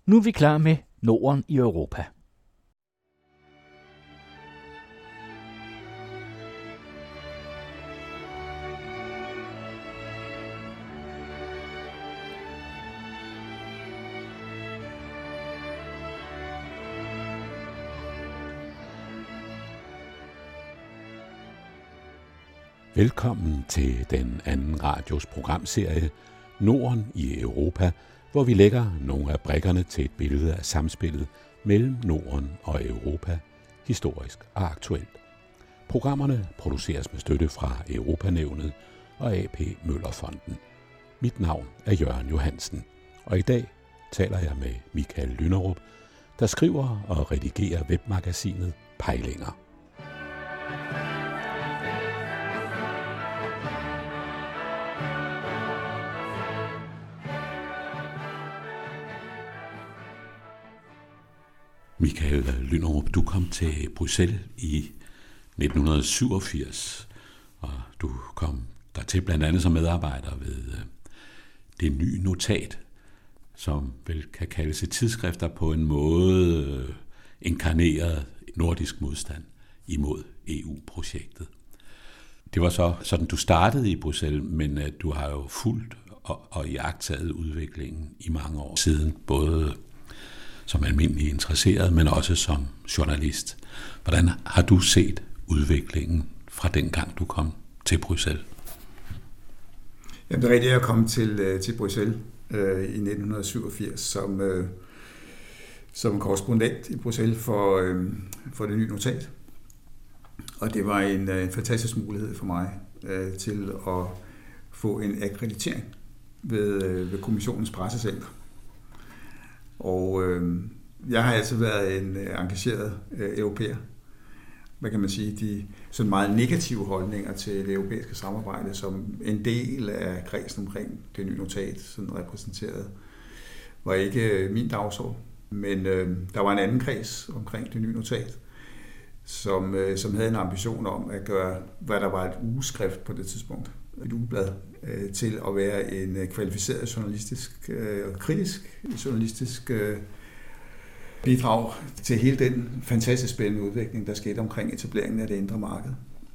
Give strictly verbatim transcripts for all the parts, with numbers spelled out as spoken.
Nu er vi klar med Norden i Europa. Velkommen til den anden radios programserie Norden i Europa, hvor vi lægger nogle af brikkerne til et billede af samspillet mellem Norden og Europa, historisk og aktuelt. Programmerne produceres med støtte fra Europanævnet og A P Møller-fonden. Mit navn er Jørgen Johansen, og i dag taler jeg med Michael Lynderup, der skriver og redigerer webmagasinet Pejlinger. Michael Lynderup, du kom til Bruxelles i nitten syvogfirs, og du kom dertil blandt andet som medarbejder ved Det Nye Notat, som vel kan kaldes et tidsskrift, der på en måde inkarnerede nordisk modstand imod E U-projektet. Det var så sådan, du startede i Bruxelles, men du har jo fulgt og, og iagttaget udviklingen i mange år siden, både som almindelig interesseret, men også som journalist. Hvordan har du set udviklingen fra den gang, du kom til Bruxelles? Jamen, det er rigtigt, jeg kom til, til Bruxelles øh, i nitten syvogfirs som, øh, som korrespondent i Bruxelles for, øh, for Det Nye Notat. Og det var en, en fantastisk mulighed for mig øh, til at få en akkreditering ved, øh, ved kommissionens pressecenter. Og øh, jeg har altid været en øh, engageret øh, europæer. Hvad kan man sige? De sådan meget negative holdninger til det europæiske samarbejde, som en del af kredsen omkring Det Nye Notat sådan repræsenteret, var ikke øh, min dagsorden. Men øh, der var en anden kreds omkring Det Nye Notat, som, øh, som havde en ambition om at gøre, hvad der var et ugeskrift på det tidspunkt, et ugeblad, øh, til at være en øh, kvalificeret journalistisk og øh, kritisk journalistisk øh, bidrag til hele den fantastisk spændende udvikling, der skete omkring etableringen af det indre marked.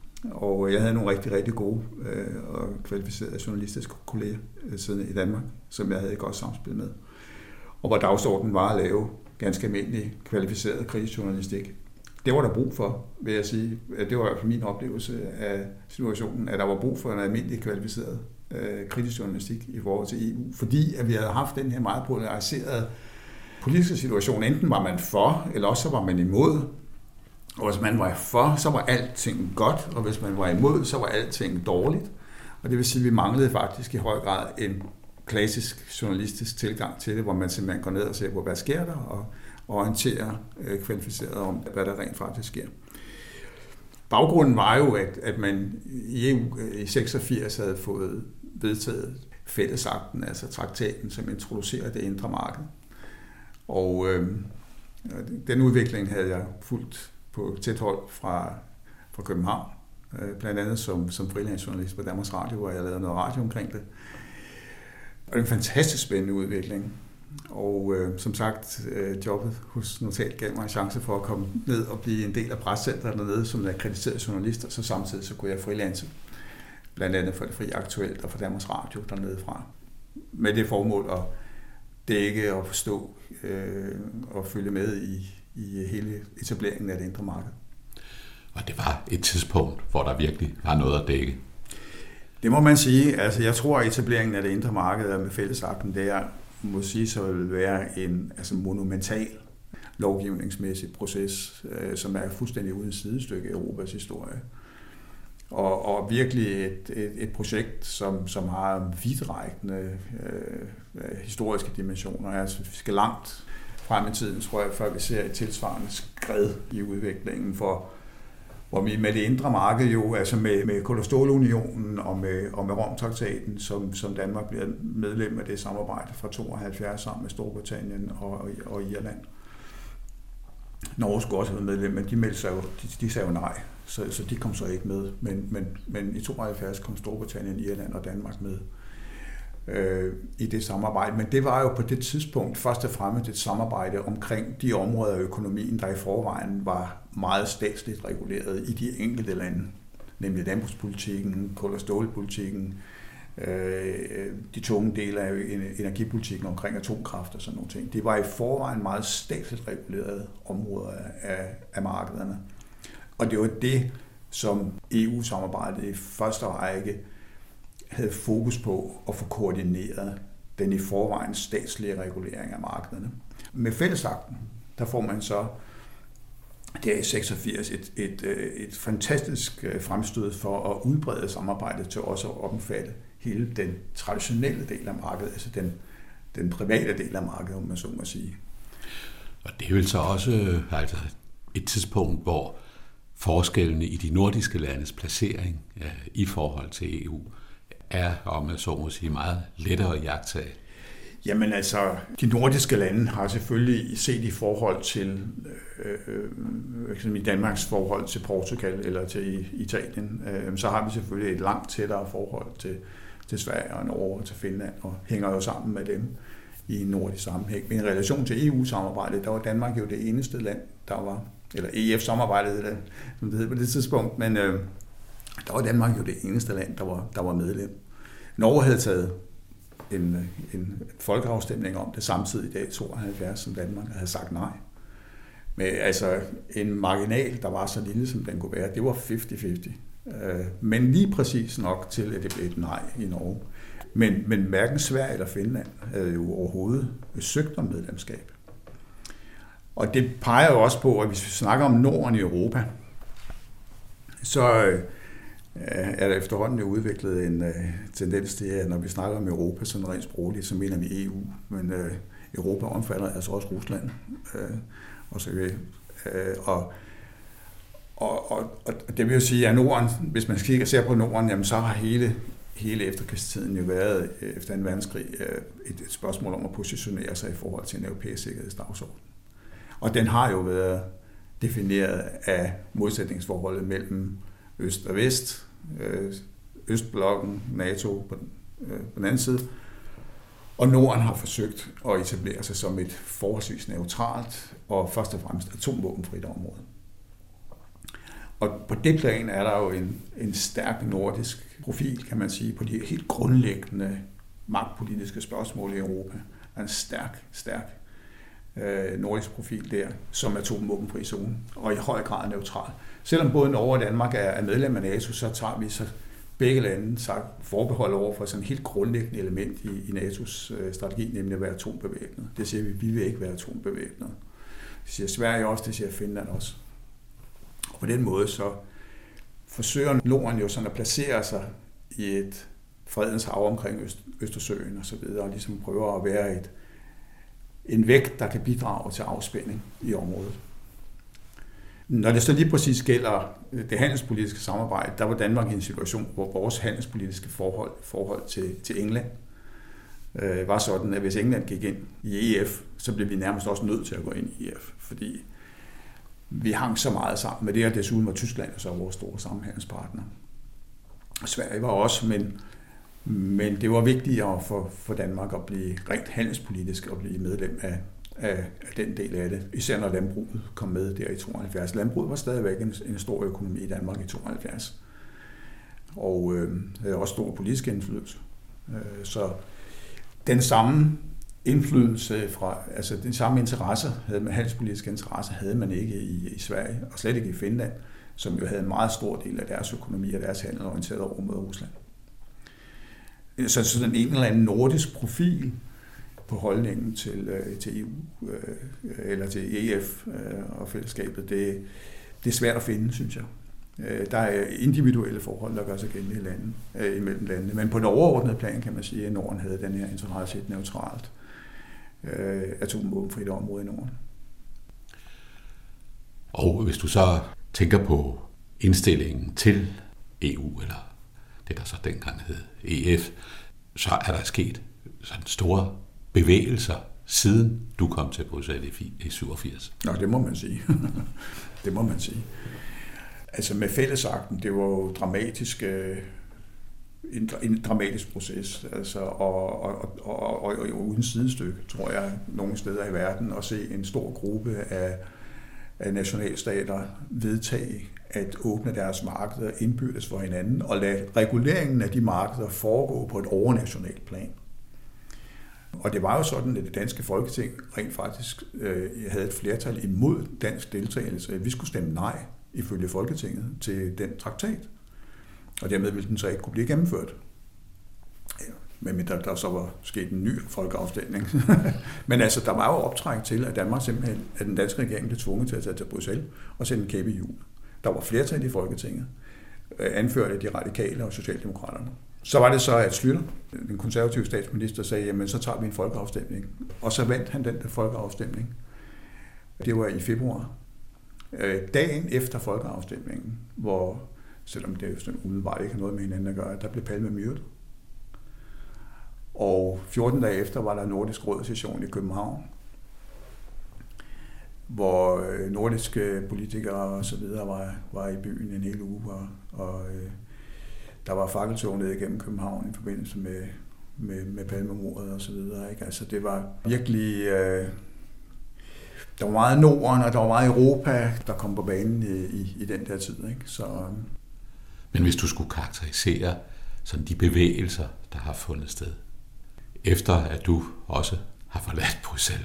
Og jeg havde nogle rigtig, rigtig gode øh, og kvalificerede journalistiske kolleger øh, siden i Danmark, som jeg havde et godt samspil med. Og hvor dagsordenen var at lave ganske almindelig kvalificeret kritisk journalistik. Det var der brug for, vil jeg sige. Det var for min oplevelse af situationen, at der var brug for en almindelig kvalificeret øh, kritisk journalistik i forhold til E U. Fordi at vi havde haft den her meget polariserede politiske situation. Enten var man for, eller også så var man imod. Og hvis man var for, så var alting godt, og hvis man var imod, så var alting dårligt. Og det vil sige, at vi manglede faktisk i høj grad en klassisk journalistisk tilgang til det, hvor man simpelthen går ned og ser på, hvad sker der, og orientere øh, kvalificeret om, hvad der rent faktisk sker. Baggrunden var jo, at, at man i E U i seksogfirs havde fået vedtaget fællesakten, altså traktaten, som introducerer det indre marked. Og øh, den udvikling havde jeg fulgt på tæt hold fra, fra København, øh, blandt andet som, som freelance-journalist på Danmarks Radio, hvor jeg lavede noget radio omkring det. Og det er en fantastisk spændende udvikling. Og øh, som sagt, øh, jobbet hos Notat gav mig en chance for at komme ned og blive en del af pressecenteret dernede som en akkrediteret journalist, og så samtidig så kunne jeg freelance, blandt andet for Det Frie Aktuelt og for Danmarks Radio dernede fra. Med det formål at dække og forstå øh, og følge med i, i hele etableringen af det indre marked. Og det var et tidspunkt, hvor der virkelig var noget at dække. Det må man sige. Altså, jeg tror, at etableringen af det indre marked med fællesakten, det er må sige, så vil være en altså monumental lovgivningsmæssig proces, øh, som er fuldstændig uden sidestykke i Europas historie. Og, og virkelig et, et, et projekt, som, som har vidtrækkende øh, historiske dimensioner. Altså, vi skal langt frem i tiden, tror jeg, før vi ser et tilsvarende skred i udviklingen for hvor vi med det indre marked jo, altså med, med Kul- og Stålunionen og med, og med Romtraktaten, som, som Danmark bliver medlem af det samarbejde fra tooghalvfjerds sammen med Storbritannien og, og, og Irland. Norge skulle også have været medlem, men de meldte sig jo, de, de sagde jo nej, så, så de kom så ikke med. Men, men, men i tooghalvfjerds kom Storbritannien, Irland og Danmark med. øh, i det samarbejde. Men det var jo på det tidspunkt først og fremmest et samarbejde omkring de områder af økonomien, der i forvejen var meget statsligt reguleret i de enkelte lande, nemlig landbrugspolitikken, kul- og stålpolitikken, de tunge dele af energipolitikken omkring atomkraft og sådan nogle ting. Det var i forvejen meget statsligt regulerede områder af, af markederne. Og det var det, som E U-samarbejdet i første række havde fokus på at få koordineret den i forvejen statslige regulering af markederne. Med fællesakten, der får man så der i seksogfirs et, et, et fantastisk fremstød for at udbrede samarbejdet til også at omfatte hele den traditionelle del af markedet, altså den, den private del af markedet, om man så må sige. Og det er vel så også altså, et tidspunkt, hvor forskellene i de nordiske landes placering ja, i forhold til E U er, om man så må sige, meget lettere at jagtage. Jamen altså, de nordiske lande har selvfølgelig set i forhold til, øh, i Danmarks forhold til Portugal eller til Italien, øh, så har vi selvfølgelig et langt tættere forhold til, til Sverige og Norge og til Finland, og hænger jo sammen med dem i en nordisk sammenhæng. Men i relation til E U-samarbejdet, der var Danmark jo det eneste land, der var, eller E F-samarbejdet, som det hed på det tidspunkt, men øh, der var Danmark jo det eneste land, der var, der var medlem. Norge havde taget en, en folkeafstemning om det samtidig i dag, tooghalvfjerds, som Danmark havde sagt nej. Med altså en marginal, der var så lille, som den kunne være, det var halvtreds halvtreds. Men lige præcis nok til, at det blev et nej i Norge. Men, men hverken Sverige eller Finland havde jo overhovedet søgt om medlemskab. Og det peger jo også på, at hvis vi snakker om Norden i Europa, så er der efterhånden jo udviklet en uh, tendens til, at når vi snakker om Europa sådan rent sprogligt, så mener vi E U, men uh, Europa omfatter altså også Rusland. Uh, og, så, uh, og, og, og, og det vil jo sige, at Norden, hvis man kigger ser på Norden, jamen, så har hele, hele efterkrigstiden jo været efter en verdenskrig uh, et, et spørgsmål om at positionere sig i forhold til en europæisk sikkerhedsdagsorden. Og den har jo været defineret af modsætningsforholdet mellem øst og vest, Østblokken, NATO på den, på den anden side, og Norden har forsøgt at etablere sig som et forholdsvis neutralt og først og fremmest atomvåbenfrit område. Og på det plan er der jo en, en stærk nordisk profil, kan man sige, på de helt grundlæggende magtpolitiske spørgsmål i Europa. Der er en stærk, stærk øh, nordisk profil der, som atomvåbenfri zone, og i høj grad neutral. Selvom både Norge og Danmark er medlem af NATO, så tager vi så begge lande sagt forbehold over for sådan et helt grundlæggende element i, i N A T O's øh, strategi, nemlig at være atombevæbnet. Det siger vi, vi vil ikke være atombevæbnet. Det siger Sverige også, det siger Finland også. Og på den måde så forsøger Norden jo sådan at placere sig i et fredens hav omkring Øst, Østersøen og så videre, og ligesom prøver at være et, en vægt, der kan bidrage til afspænding i området. Når det så lige præcis gælder det handelspolitiske samarbejde, der var Danmark i en situation, hvor vores handelspolitiske forhold, forhold til, til England øh, var sådan, at hvis England gik ind i E F, så blev vi nærmest også nødt til at gå ind i E F, fordi vi hang så meget sammen med det, og desuden var Tyskland så vores store samhandelspartner. Sverige var også, men, men det var vigtigere for, for Danmark at blive rent handelspolitisk og blive medlem af Af, af den del af det, især når landbruget kom med der i tooghalvfjerds. Landbruget var stadigvæk en, en stor økonomi i Danmark i tooghalvfjerds, og øh, havde også stor politisk indflydelse. Øh, så den samme indflydelse fra, altså den samme interesse, havde man, handelspolitiske interesse, havde man ikke i, i Sverige, og slet ikke i Finland, som jo havde en meget stor del af deres økonomi og deres handel orienteret over mod Rusland. Så sådan en eller anden nordisk profil på holdningen til, til E U øh, eller til E F øh, og fællesskabet, det, det er svært at finde, synes jeg. Øh, der er individuelle forhold, der gør sig gældende i lande, øh, imellem landene, men på den overordnede plan kan man sige, at Norden havde den her interesse i et neutralt øh, atomvåbenfrit område i Norden. Og hvis du så tænker på indstillingen til E U, eller det der så dengang hed E F, så er der sket sådan store bevægelser, siden du kom til Bruxelles i syvogfirs. Nå, det må man sige. det må man sige. Altså med fællesakten, det var jo dramatiske en, en dramatisk proces, altså, og, og, og, og, og, og uden sidestykke, tror jeg, nogle steder i verden, at se en stor gruppe af, af nationalstater vedtage at åbne deres markeder indbyrdes for hinanden, og lade reguleringen af de markeder foregå på et overnationalt plan. Og det var jo sådan, at det danske Folketing rent faktisk øh, havde et flertal imod dansk deltagelse. Vi skulle stemme nej, ifølge Folketinget, til den traktat. Og dermed ville den så ikke kunne blive gennemført. Ja, men der, der så var sket en ny folkeafstemning. Men altså, der var jo optræk til, at Danmark simpelthen, at den danske regering blev tvunget til at tage til Bruxelles og sende en kæppe i hjul. Der var flertal i Folketinget, anført af de radikale og socialdemokraterne. Så var det så, at Schlüter, den konservative statsminister, sagde, jamen så tager vi en folkeafstemning. Og så vandt han den der folkeafstemning. Det var i februar. Dagen efter folkeafstemningen, hvor, selvom det jo sådan umiddelbart ikke har noget med hinanden at gøre, der blev Palme myrdet. Og fjorten dage efter var der Nordisk Råd session i København, hvor nordiske politikere og så videre var, var i byen en hel uge, og, og der var fakkeltog ned igennem København i forbindelse med, med, med Palmemordet og så videre. Ikke? Altså det var virkelig... Øh, der var meget Norden, og der var meget Europa, der kom på banen i, i, i den der tid. Ikke? Så, øh. Men hvis du skulle karakterisere sådan de bevægelser, der har fundet sted, efter at du også har forladt Bruxelles?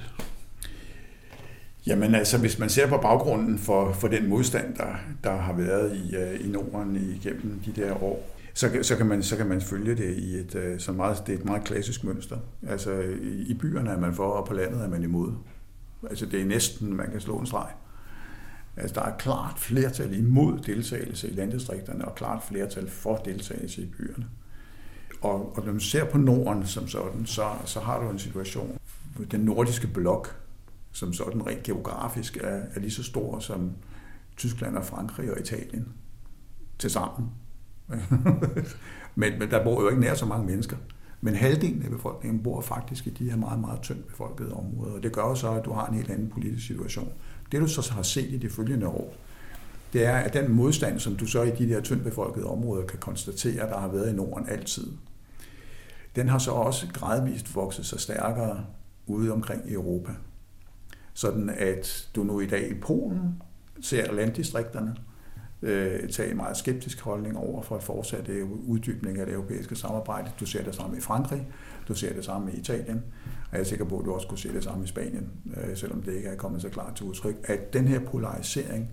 Jamen altså, hvis man ser på baggrunden for, for den modstand, der, der har været i, uh, i Norden igennem de der år, så, så, kan man, så kan man følge det i et, uh, så meget, det er et meget klassisk mønster. Altså i, i byerne er man for, og på landet er man imod. Altså det er næsten, man kan slå en streg. Altså der er klart flertal imod deltagelse i landdistrikterne, og klart flertal for deltagelse i byerne. Og, og når man ser på Norden som sådan, så, så har du en situation, hvor den nordiske blok, som sådan rent geografisk er, er lige så stor som Tyskland og Frankrig og Italien til sammen. men, men der bor jo ikke nær så mange mennesker. Men halvdelen af befolkningen bor faktisk i de her meget, meget tyndt befolkede områder. Og det gør jo så, at du har en helt anden politisk situation. Det du så har set i de følgende år, det er, at den modstand, som du så i de der tyndt befolkede områder kan konstatere, der har været i Norden altid, den har så også gradvist vokset sig stærkere ude omkring i Europa. Sådan at du nu i dag i Polen ser landdistrikterne øh, tage en meget skeptisk holdning over for at fortsætte uddybning af det europæiske samarbejde. Du ser det samme i Frankrig, du ser det samme i Italien, og jeg er sikker på, at du også kunne se det samme i Spanien, øh, selvom det ikke er kommet så klart til udtryk, at den her polarisering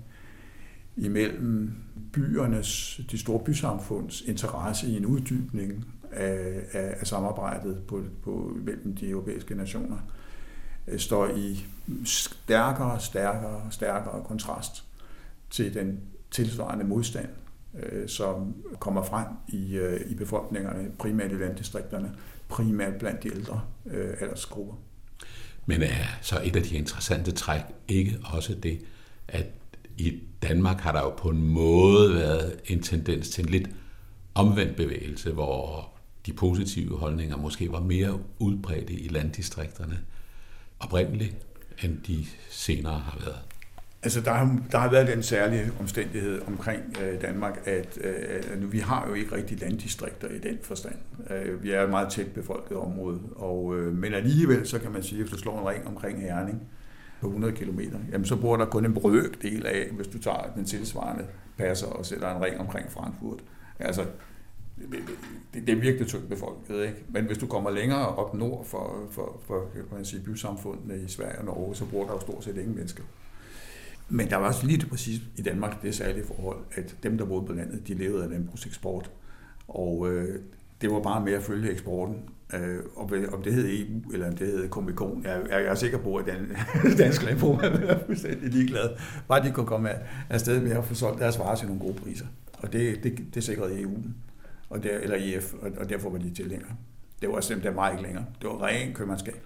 imellem byernes, de store bysamfunds interesse i en uddybning af, af, af samarbejdet på, på, mellem de europæiske nationer, står i stærkere, stærkere, stærkere kontrast til den tilsvarende modstand, øh, som kommer frem i, øh, i befolkningerne, primært i landdistrikterne, primært blandt de ældre øh, aldersgrupper. Men er så et af de interessante træk ikke også det, at i Danmark har der jo på en måde været en tendens til en lidt omvendt bevægelse, hvor de positive holdninger måske var mere udbredte i landdistrikterne oprindeligt, end de senere har været? Altså, der har, der har været den særlige omstændighed omkring øh, Danmark, at øh, vi har jo ikke rigtig landdistrikter i den forstand. Øh, vi er et meget tæt befolket område, og, øh, men alligevel, så kan man sige, at hvis du slår en ring omkring Herning på hundrede kilometer, jamen så bor der kun en brøkdel af, hvis du tager den tilsvarende passer og sætter en ring omkring Frankfurt. Altså, det, det er virkelig tyndt befolket, ikke? Men hvis du kommer længere op nord for, for, for kan man sige, bysamfundene i Sverige og Norge, så bor der jo stort set ingen mennesker. Men der var også lige præcis i Danmark det særlige forhold, at dem, der boede på landet, de levede af landbrugseksport. Og øh, det var bare med at følge eksporten. Øh, og om det hed E U, eller om det hed Komikon, jeg, jeg er sikker på, at den danske landbrug er fuldstændig ligeglad. Bare de kunne komme afsted med at få solgt deres varer til nogle gode priser. Og det, det, det sikrede E U, og der, eller E F, og, og derfor var de tilhængere. Det var simpelthen meget ikke længere. Det var ren købmandskab.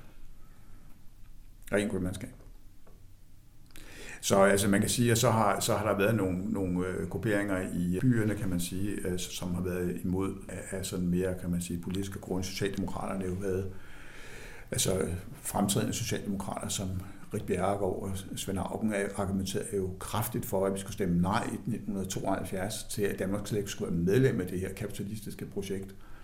Ren købmandskab. Så altså, man kan sige, at så har, så har der været nogle, nogle øh, grupperinger i byerne, kan man sige, øh, som har været imod af, af sådan mere, kan man sige, politiske grunde. Socialdemokraterne har jo været altså, fremtrædende socialdemokrater, som Rik Bjerregaard og Svend Auken argumenterede jo kraftigt for, at vi skulle stemme nej i nitten tooghalvfjerds til, at Danmark slet ikke skulle være medlem af det her kapitalistiske projekt.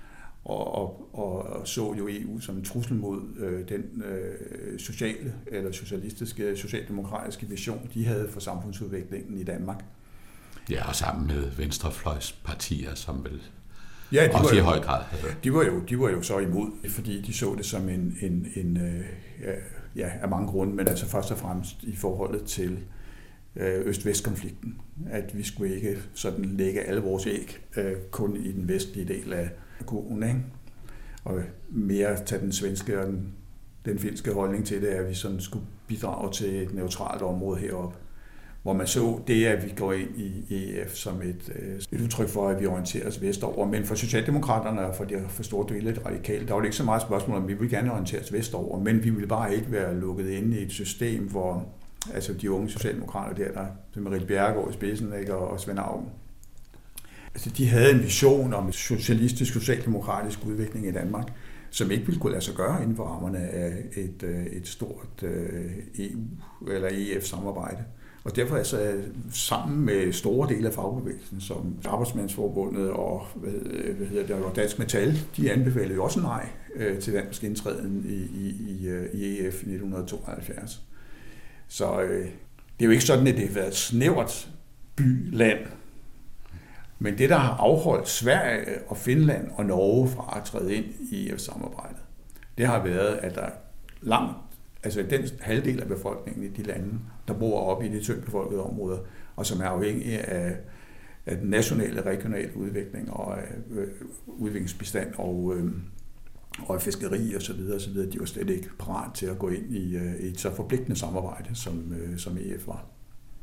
og, og, og så jo E U som en trussel mod øh, den øh, sociale eller socialistiske, socialdemokratiske vision, de havde for samfundsudviklingen i Danmark. Ja, og sammen med venstrefløjspartier, som vel ja, de også var i jo, høj grad havde. De var, jo, de var jo så imod, fordi de så det som en, en, en øh, ja, af mange grunde, men altså først og fremmest i forholdet til øh, øst-vest-konflikten. At vi skulle ikke sådan lægge alle vores æg øh, kun i den vestlige del af kurven, ikke? Og mere tage den svenske og den, den finske holdning til det, at vi sådan skulle bidrage til et neutralt område heroppe. Hvor man så det, at vi går ind i E F som et, et udtryk for, at vi orienterer os vestover. Men for Socialdemokraterne og for de for store dele lidt radikalt, der var det ikke så meget spørgsmål om, vi vil gerne orientere os vestover, men vi ville bare ikke være lukket inde i et system, hvor altså de unge socialdemokrater der, der som Ritt Bjerregaard i spidsen, ikke, og Svend Auken, altså de havde en vision om en socialistisk, socialdemokratisk udvikling i Danmark, som ikke ville kunne lade sig gøre inden for rammerne af et, et stort E U- eller E F-samarbejde. Og derfor er så sammen med store dele af fagbevægelsen, som Arbejdsmandsforbundet og hvad, hvad hedder det, og Dansk Metal, de anbefalede jo også nej øh, til dansk indtræden i, i, i, i E F i nitten tooghalvfjerds. Så øh, det er jo ikke sådan, at det har været et snævert by-land. Men det, der har afholdt Sverige og Finland og Norge fra at træde ind i E F-samarbejdet, det har været, at der langt altså den halvdel af befolkningen i de lande, der bor oppe i de tyndt befolkede områder, og som er afhængige af, af den nationale og regionale udvikling og af øh, udviklingsbistand og, øh, og fiskeri og så videre, og så videre, de var slet ikke parat til at gå ind i, øh, i et så forpligtende samarbejde, som, øh, som E F var.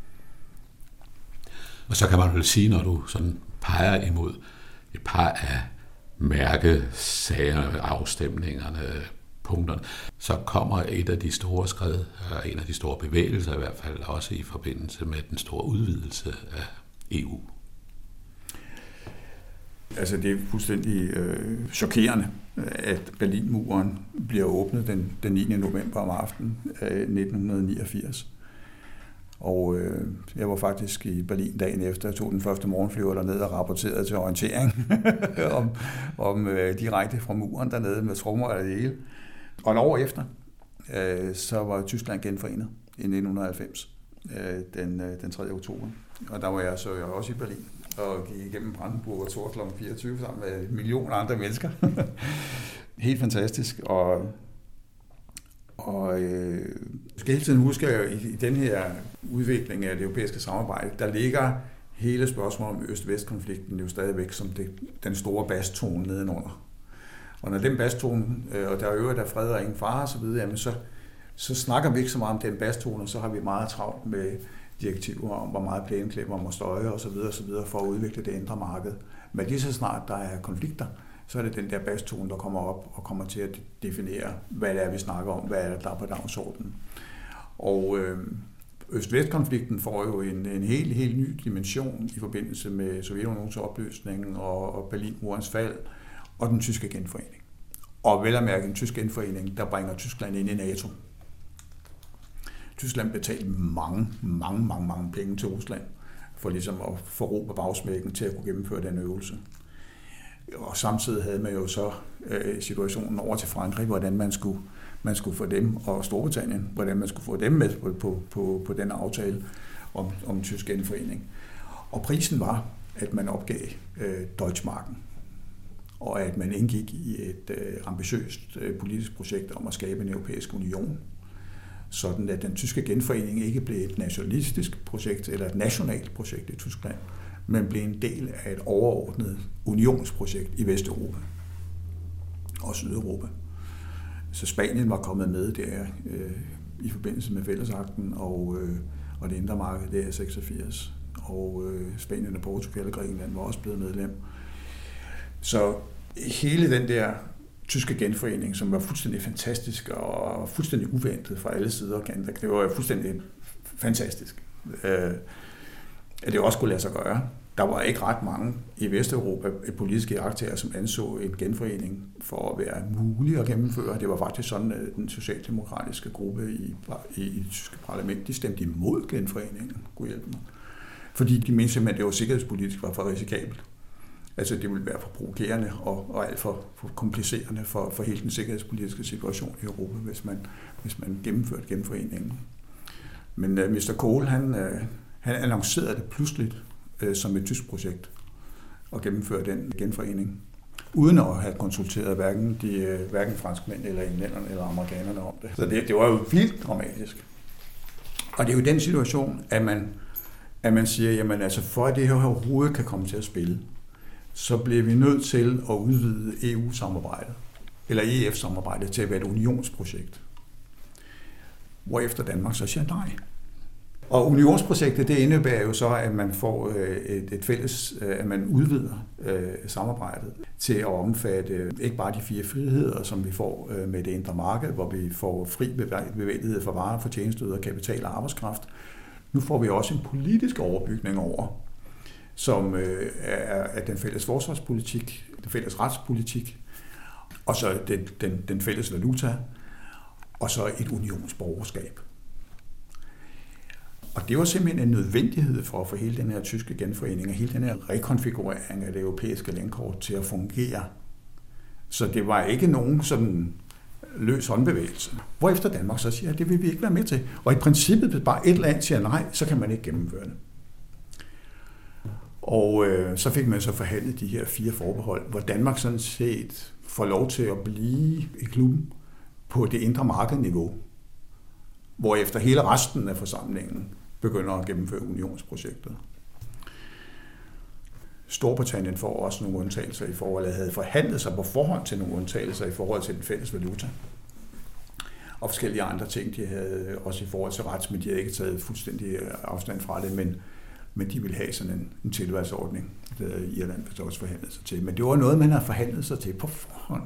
Og så kan man vel sige, når du sådan peger imod et par af mærkesager, afstemningerne, punkterne, så kommer et af de store skred, en af de store bevægelser i hvert fald, også i forbindelse med den store udvidelse af E U. Altså det er fuldstændig øh, chokerende, at Berlinmuren bliver åbnet den, den niende november om aftenen af nitten niogfirs. Og øh, jeg var faktisk i Berlin dagen efter, jeg tog den første morgenflyver dernede og rapporterede til orientering om, om øh, direkte fra muren dernede med trommer og det hele. Og et år efter, øh, så var Tyskland genforenet i nitten halvfems, øh, den, øh, den tredje oktober. Og der var jeg så jeg også i Berlin og gik igennem Brandenburg og Tor klokken fireogtyve sammen med millioner andre mennesker. Helt fantastisk. Og, og øh, jeg skal hele tiden huske, at i, i den her udvikling af det europæiske samarbejde, der ligger hele spørgsmålet om øst-vest-konflikten jo stadigvæk som det, den store bastone nedenunder. Og når den bastone, og der er jo der fred og ingen fare og så videre, jamen så, så snakker vi ikke så meget om den bastone, og så har vi meget travlt med direktiver om, hvor meget plæneklemmer må støje og så videre, og så videre for at udvikle det indre marked. Men lige så snart der er konflikter, så er det den der bastone, der kommer op og kommer til at definere, hvad det er, vi snakker om, hvad er der er på dagsordenen. Og øh, øst-vest-konflikten får jo en, en helt, helt ny dimension i forbindelse med Sovjetunionens opløsning og, og Berlinmurens fald, og den tyske genforening. Og vel at mærke en tysk genforening, der bringer Tyskland ind i NATO. Tyskland betalte mange, mange, mange, mange penge til Rusland, for ligesom at få ro på bagsmækken til at kunne gennemføre den øvelse. Og samtidig havde man jo så øh, situationen over til Frankrig, hvordan man skulle, man skulle få dem, og Storbritannien, hvordan man skulle få dem med på, på, på, på den aftale om, om tysk genforening. Og prisen var, at man opgav øh, Deutschmarken, og at man indgik i et øh, ambitiøst øh, politisk projekt om at skabe en europæisk union, sådan at den tyske genforening ikke blev et nationalistisk projekt eller et nationalt projekt i Tyskland, men blev en del af et overordnet unionsprojekt i Vesteuropa og Sydeuropa. Så Spanien var kommet med der øh, i forbindelse med fællesakten og, øh, og det indre marked der i seksogfirs, og øh, Spanien og Portugal og Grækenland var også blevet medlem. Så hele den der tyske genforening, som var fuldstændig fantastisk og fuldstændig uventet fra alle sider, det var fuldstændig fantastisk, at det også kunne lade sig gøre. Der var ikke ret mange i Vesteuropa politiske aktører, som anså en genforening for at være mulig at gennemføre. Det var faktisk sådan, at den socialdemokratiske gruppe i, i, i det tyske parlament, de stemte imod genforeningen, kunne hjælpe mig. Fordi de mente simpelthen, at det var sikkerhedspolitisk var for risikabelt. Altså det ville være for provokerende og, og alt for, for komplicerende for, for hele den sikkerhedspolitiske situation i Europa, hvis man, hvis man gennemførte genforeningen. Men uh, mister Kohl, han, uh, han annoncerede det pludseligt uh, som et tysk projekt og gennemførte den genforening, uden at have konsulteret hverken, de, uh, hverken franskmænd eller englænderne eller amerikanerne om det. Så det, det var jo vildt dramatisk. Og det er jo den situation, at man, at man siger, jamen altså for at det her overhovedet kan komme til at spille, så bliver vi nødt til at udvide E U-samarbejdet, eller E F-samarbejdet, til at være et unionsprojekt. Hvorefter Danmark så siger nej. Og unionsprojektet, det indebærer jo så, at man får et, et fælles, at man udvider øh, samarbejdet til at omfatte ikke bare de fire friheder, som vi får øh, med det indre marked, hvor vi får fri bevægelighed for varer, for tjenesteydelser, kapital og arbejdskraft. Nu får vi også en politisk overbygning over, som øh, er, er den fælles forsvarspolitik, den fælles retspolitik, og så den, den, den fælles valuta, og så et unionsborgerskab. Og det var simpelthen en nødvendighed for at få hele den her tyske genforening og hele den her rekonfigurering af det europæiske landkort til at fungere. Så det var ikke nogen sådan løs håndbevægelse. Hvorefter Danmark så siger, at det vil vi ikke være med til. Og i princippet, hvis bare et land siger nej, så kan man ikke gennemføre det. Og øh, så fik man så forhandlet de her fire forbehold, hvor Danmark sådan set får lov til at blive i klubben på det indre markedniveau, hvorefter hele resten af forsamlingen begynder at gennemføre unionsprojektet. Storbritannien får også nogle undtagelser i forhold til, at havde forhandlet sig på forhånd til nogle undtagelser i forhold til den fælles valuta. Og forskellige andre ting, de havde også i forhold til rets, men de havde ikke taget fuldstændig afstand fra det, men, men de ville have sådan en, en tilvalgsordning, det havde Irland også forhandlet sig til. Men det var noget, man havde forhandlet sig til på forhånd.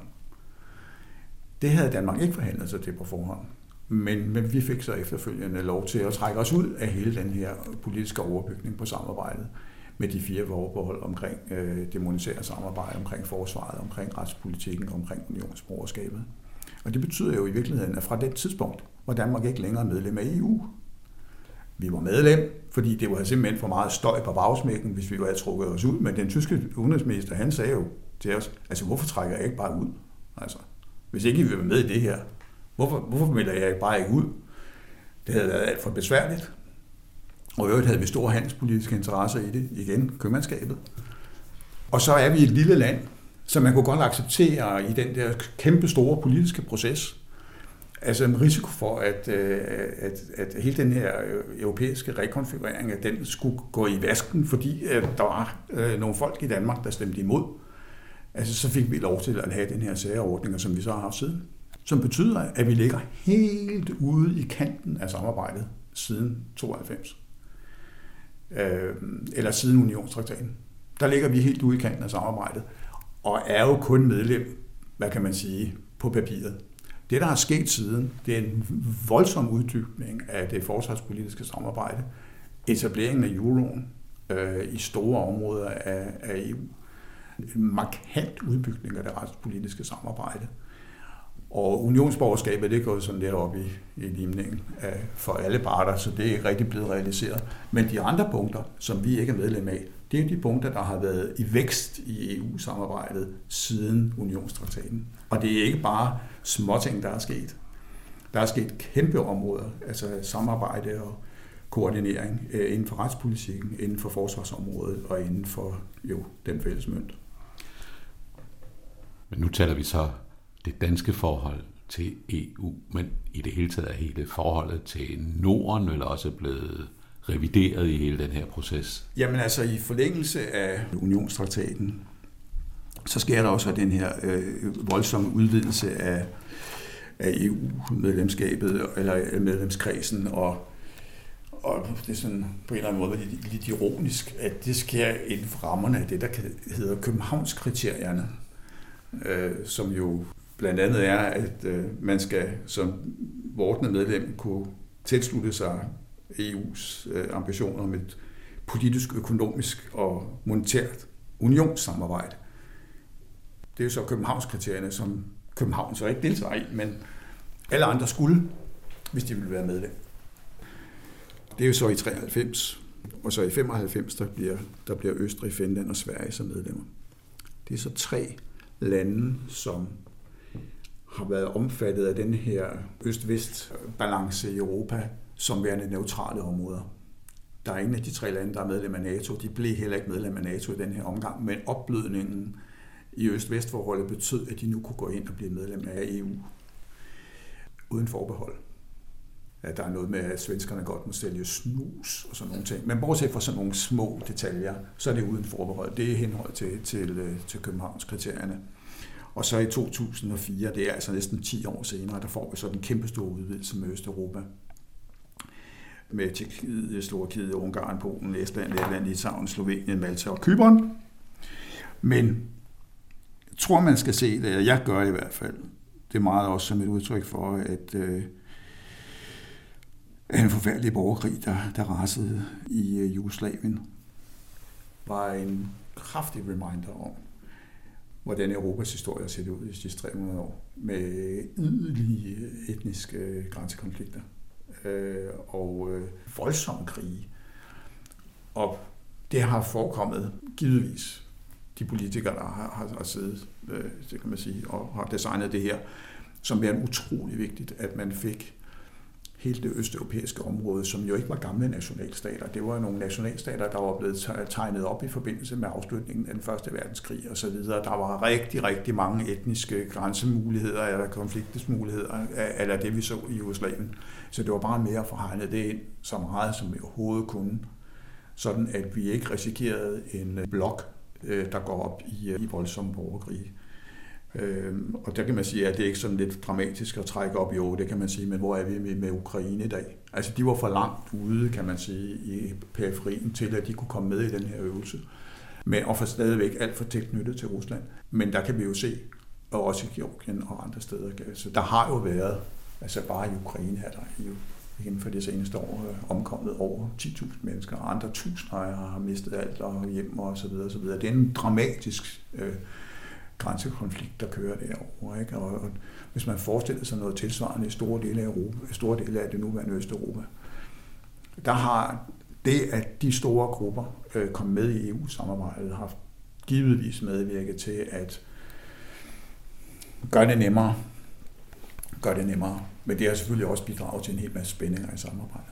Det havde Danmark ikke forhandlet sig til på forhånd. Men, men vi fik så efterfølgende lov til at trække os ud af hele den her politiske overbygning på samarbejdet med de fire forbehold omkring øh, det monetære samarbejde, omkring forsvaret, omkring retspolitikken, omkring unionsborgerskabet. Og det betyder jo i virkeligheden, at fra det tidspunkt var Danmark ikke længere medlem af E U. Vi var medlem, fordi det var simpelthen for meget støj på bagsmækken, hvis vi havde trukket os ud. Men den tyske udenrigsminister, han sagde jo til os, altså hvorfor trækker jeg ikke bare ud? Altså, hvis ikke I vil være med i det her, hvorfor, hvorfor melder jeg bare ikke ud? Det havde været alt for besværligt. Og i øvrigt havde vi store handelspolitiske interesser i det, igen, købmandskabet. Og så er vi et lille land, så man kunne godt acceptere i den der kæmpe store politiske proces, altså en risiko for, at, at, at hele den her europæiske rekonfigurering, at den skulle gå i vasken, fordi at der var nogle folk i Danmark, der stemte imod. Altså så fik vi lov til at have den her særordninger, som vi så har haft siden, som betyder, at vi ligger helt ude i kanten af samarbejdet siden tooghalvfems. Øh, eller siden unionstraktaten. Der ligger vi helt ude i kanten af samarbejdet, og er jo kun medlem, hvad kan man sige, på papiret. Det, der har sket siden, det er en voldsom uddybning af det forsvarspolitiske samarbejde, etableringen af euroen øh, i store områder af, af E U, en markant udbygning af det retspolitiske samarbejde. Og unionsborgerskabet, det går sådan lidt op i, i limningen af, for alle parter, så det er ikke rigtig blevet realiseret. Men de andre punkter, som vi ikke er medlem af, det er de punkter, der har været i vækst i E U-samarbejdet siden unionstraktaten. Og det er ikke bare småting, der er sket. Der er sket kæmpe områder, altså samarbejde og koordinering inden for retspolitikken, inden for forsvarsområdet og inden for jo, den fælles mønt. Men nu taler vi så det danske forhold til E U, men i det hele taget er hele forholdet til Norden vel også blevet revideret i hele den her proces? Jamen altså i forlængelse af unionstraktaten, så sker der også den her øh, voldsomme udvidelse af, af E U-medlemskabet, eller medlemskredsen, og, og det er sådan på en eller anden måde lidt, lidt ironisk, at det sker inden for rammerne af det, der hedder Københavnskriterierne, øh, som jo blandt andet er, at øh, man skal som vortende medlem kunne tilslutte sig E U's øh, ambitioner om et politisk, økonomisk og monetært unionssamarbejde. Det er jo så Københavnskriterierne, som København så ikke deltager i, men alle andre skulle, hvis de ville være medlem. Det er jo så i treoghalvfems, og så i femoghalvfems, der bliver, der bliver Østrig, Finland og Sverige som medlemmer. Det er så tre lande, som har været omfattet af den her øst-vest-balance i Europa som værende neutrale områder. Der er ingen af de tre lande, der er medlem af NATO. De blev heller ikke medlem af NATO i den her omgang, men opblødningen i øst-vest-forholdet betød, at de nu kunne gå ind og blive medlem af E U uden forbehold. Ja, der er noget med, at svenskerne godt må sælge snus og sådan nogle ting. Men bortset fra sådan nogle små detaljer, så er det uden forbehold. Det er henhold til, til, til Københavns kriterierne. Og så i to tusind og fire, det er altså næsten ti år senere, der får vi så den kæmpe store udvidelse med Østeuropa. Med Tjekkiet, Slovakiet, Ungarn, Polen, Estland, Letland, Litauen, Slovenien, Malta og Cypern. Men jeg tror, man skal se det, jeg gør det i hvert fald. Det er meget også som et udtryk for, at øh, en forfærdelig borgerkrig, der, der rasede i øh, Jugoslavien, var en kraftig reminder om, hvordan Europas historie har set ud i de sidste tre hundrede år, med yderlige etniske grænsekonflikter øh, og øh, voldsomme krige. Og det har forekommet givetvis de politikere, der har, har, har siddet, øh, det kan man sige, og har designet det her, som er utrolig vigtigt, at man fik hele det østeuropæiske område, som jo ikke var gamle nationalstater. Det var nogle nationalstater, der var blevet tegnet op i forbindelse med afslutningen af den første verdenskrig og så videre. Der var rigtig, rigtig mange etniske grænsemuligheder eller konfliktesmuligheder, eller det vi så i Jugoslavien. Så det var bare mere at forhegne det ind så meget, som vi overhovedet kunne, sådan at vi ikke risikerede en blok, der går op i, i voldsomme borgerkrige. Øhm, og der kan man sige, at det er ikke sådan lidt dramatisk at trække op i år, det kan man sige, men hvor er vi med, med Ukraine i dag? Altså de var for langt ude, kan man sige, i periferien til, at de kunne komme med i den her øvelse. Men og for stadigvæk alt for tilknyttet til Rusland. Men der kan vi jo se, og også i Georgien og andre steder. Så der har jo været, altså bare i Ukraine her, der er jo inden for det seneste år omkommet over ti tusind mennesker, og andre tusinder har mistet alt og hjem og så videre, så videre. Det er en dramatisk øh, grænsekonflikt, der kører derovre, ikke? Og, og hvis man forestiller sig noget tilsvarende i store dele af Europa, store dele af det nuværende Østeuropa, der har det, at de store grupper øh, kom med i E U-samarbejdet, har givetvis medvirket til at gøre det nemmere. Gør det nemmere. Men det har selvfølgelig også bidraget til en hel masse spændinger i samarbejdet.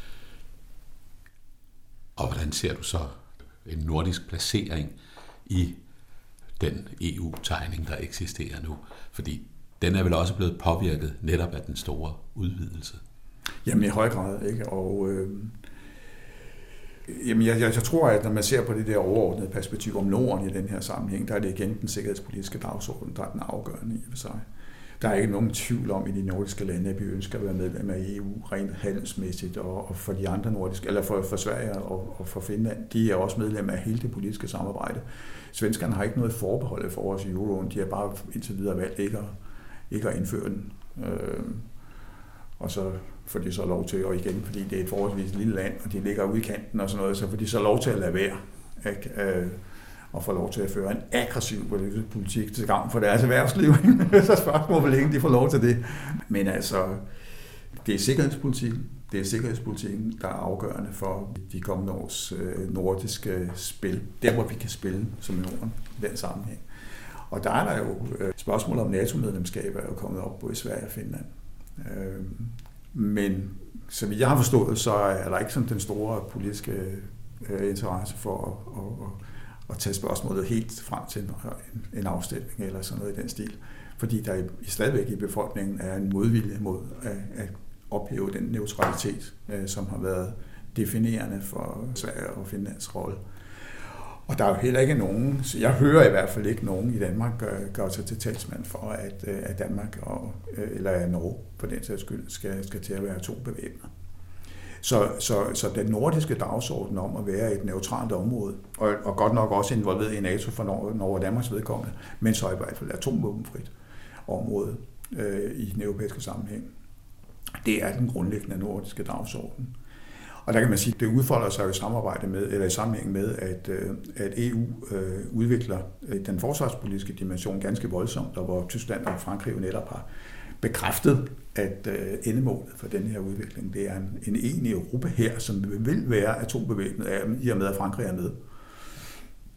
Og hvordan ser du så en nordisk placering i den E U-tegning, der eksisterer nu? Fordi den er vel også blevet påvirket netop af den store udvidelse. Jamen i høj grad, ikke? Og øh, jamen, jeg, jeg, jeg tror, at når man ser på det der overordnede perspektiv om Norden i den her sammenhæng, der er det igen den sikkerhedspolitiske dagsorden, der er den afgørende i for sig. Der er ikke nogen tvivl om i de nordiske lande, at vi ønsker at være medlem af E U rent handelsmæssigt, og, og for de andre nordiske, eller for, for Sverige og, og for Finland, de er også medlem af hele det politiske samarbejde. Svenskerne har ikke noget forbehold for os i euroen, de har bare indtil videre valgt ikke at, ikke at indføre den. Øh, og så får de så lov til, og igen, fordi det er et forholdsvis lille land, og de ligger ude i kanten og sådan noget, så får de så lov til at lade være, ikke? Øh, og får lov til at føre en aggressiv politik til gavn for deres erhvervsliv. Så spørgsmålet, hvor længe de får lov til det. Men altså, det er sikkerhedspolitikken, det er sikkerhedspolitikken, der er afgørende for de kommende års nordiske spil. Der, hvor vi kan spille som Norden i den sammenhæng. Og der er der jo spørgsmål om NATO-medlemskab, er jo kommet op både i Sverige og Finland. Men så vidt jeg har forstået, så er der ikke sådan den store politiske interesse for at, at og tage spørgsmålet helt frem til en, en afstemning eller sådan noget i den stil. Fordi der i, stadigvæk i befolkningen er en modvilje mod at, at ophæve den neutralitet, øh, som har været definerende for Sverige og Finlands rolle. Og der er jo heller ikke nogen, så jeg hører i hvert fald ikke nogen i Danmark gør, gør sig til talsmand for, at, at Danmark og, eller Norge på den sags skyld skal, skal til at være atombevæbnet. Så, så, så den nordiske dagsorden om at være et neutralt område, og, og godt nok også involveret i NATO for Norge og Danmarks vedkommende, men så i hvert fald atomvåbenfrit område øh, i den europæiske sammenhæng. Det er den grundlæggende nordiske dagsorden. Og der kan man sige, at det udfolder sig i samarbejde med, eller i sammenhæng med, at, at E U øh, udvikler den forsvarspolitiske dimension ganske voldsomt, og hvor Tyskland og Frankrig jo netop har bekræftet, at øh, endemålet for den her udvikling, det er en, en enig Europa her, som vil være atombevæbnet i og med, at Frankrig er med.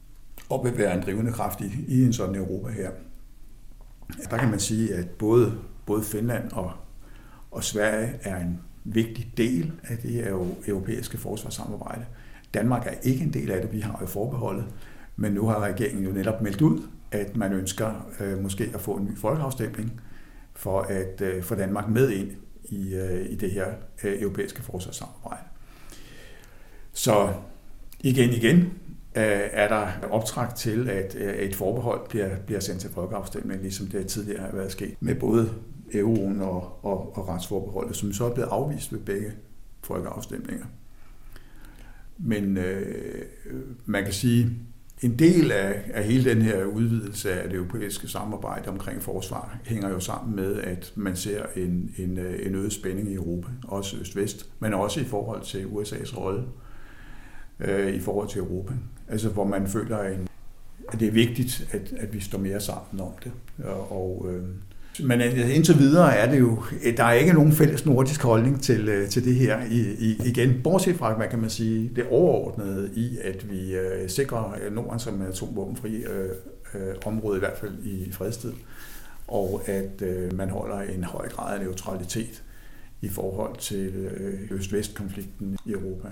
og vil være en drivende kraft i, i en sådan Europa her. Der kan man sige, at både, både Finland og, og Sverige er en vigtig del af det her europæiske forsvarssamarbejde. Danmark er ikke en del af det, vi har jo forbeholdet, men nu har regeringen jo netop meldt ud, at man ønsker øh, måske at få en ny folkeafstemning for at øh, få Danmark med ind i, øh, i det her øh, europæiske forsvarssamarbejde. Så igen igen øh, er der optræk til, at øh, et forbehold bliver, bliver sendt til folkeafstemning, ligesom det tidligere har været sket med både euroen og, og, og retsforbeholdet, som så er blevet afvist ved begge folkeafstemninger. Men øh, man kan sige, en del af, af hele den her udvidelse af det europæiske samarbejde omkring forsvar hænger jo sammen med, at man ser en, en, en øget spænding i Europa, også øst-vest, men også i forhold til U S A's rolle øh, i forhold til Europa. Altså hvor man føler, en, at det er vigtigt, at, at vi står mere sammen om det. Og, øh, men indtil videre er det jo, der er ikke nogen fælles nordisk holdning til, til det her i, i, igen, bortset fra, hvad kan man sige, det overordnede i, at vi øh, sikrer Norden som atomvåbenfri øh, øh, område, i hvert fald i fredstid, og at øh, man holder en høj grad af neutralitet i forhold til øh, øst-vest-konflikten i Europa.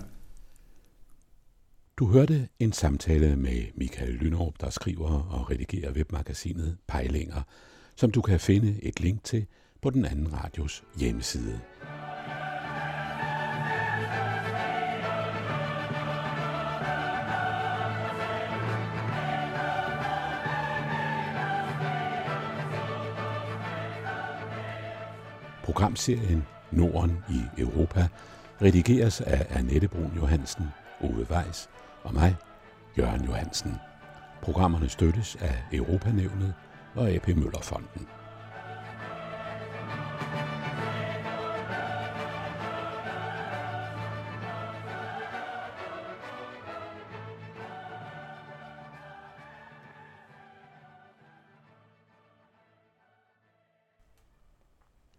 Du hørte en samtale med Michael Lynderup, der skriver og redigerer webmagasinet Pejlinger, som du kan finde et link til på den anden radios hjemmeside. Programserien Norden i Europa redigeres af Annette Brun Johansen, Ove Weiss og mig, Jørgen Johansen. Programmerne støttes af Europanævnet og A P Møller Fonden.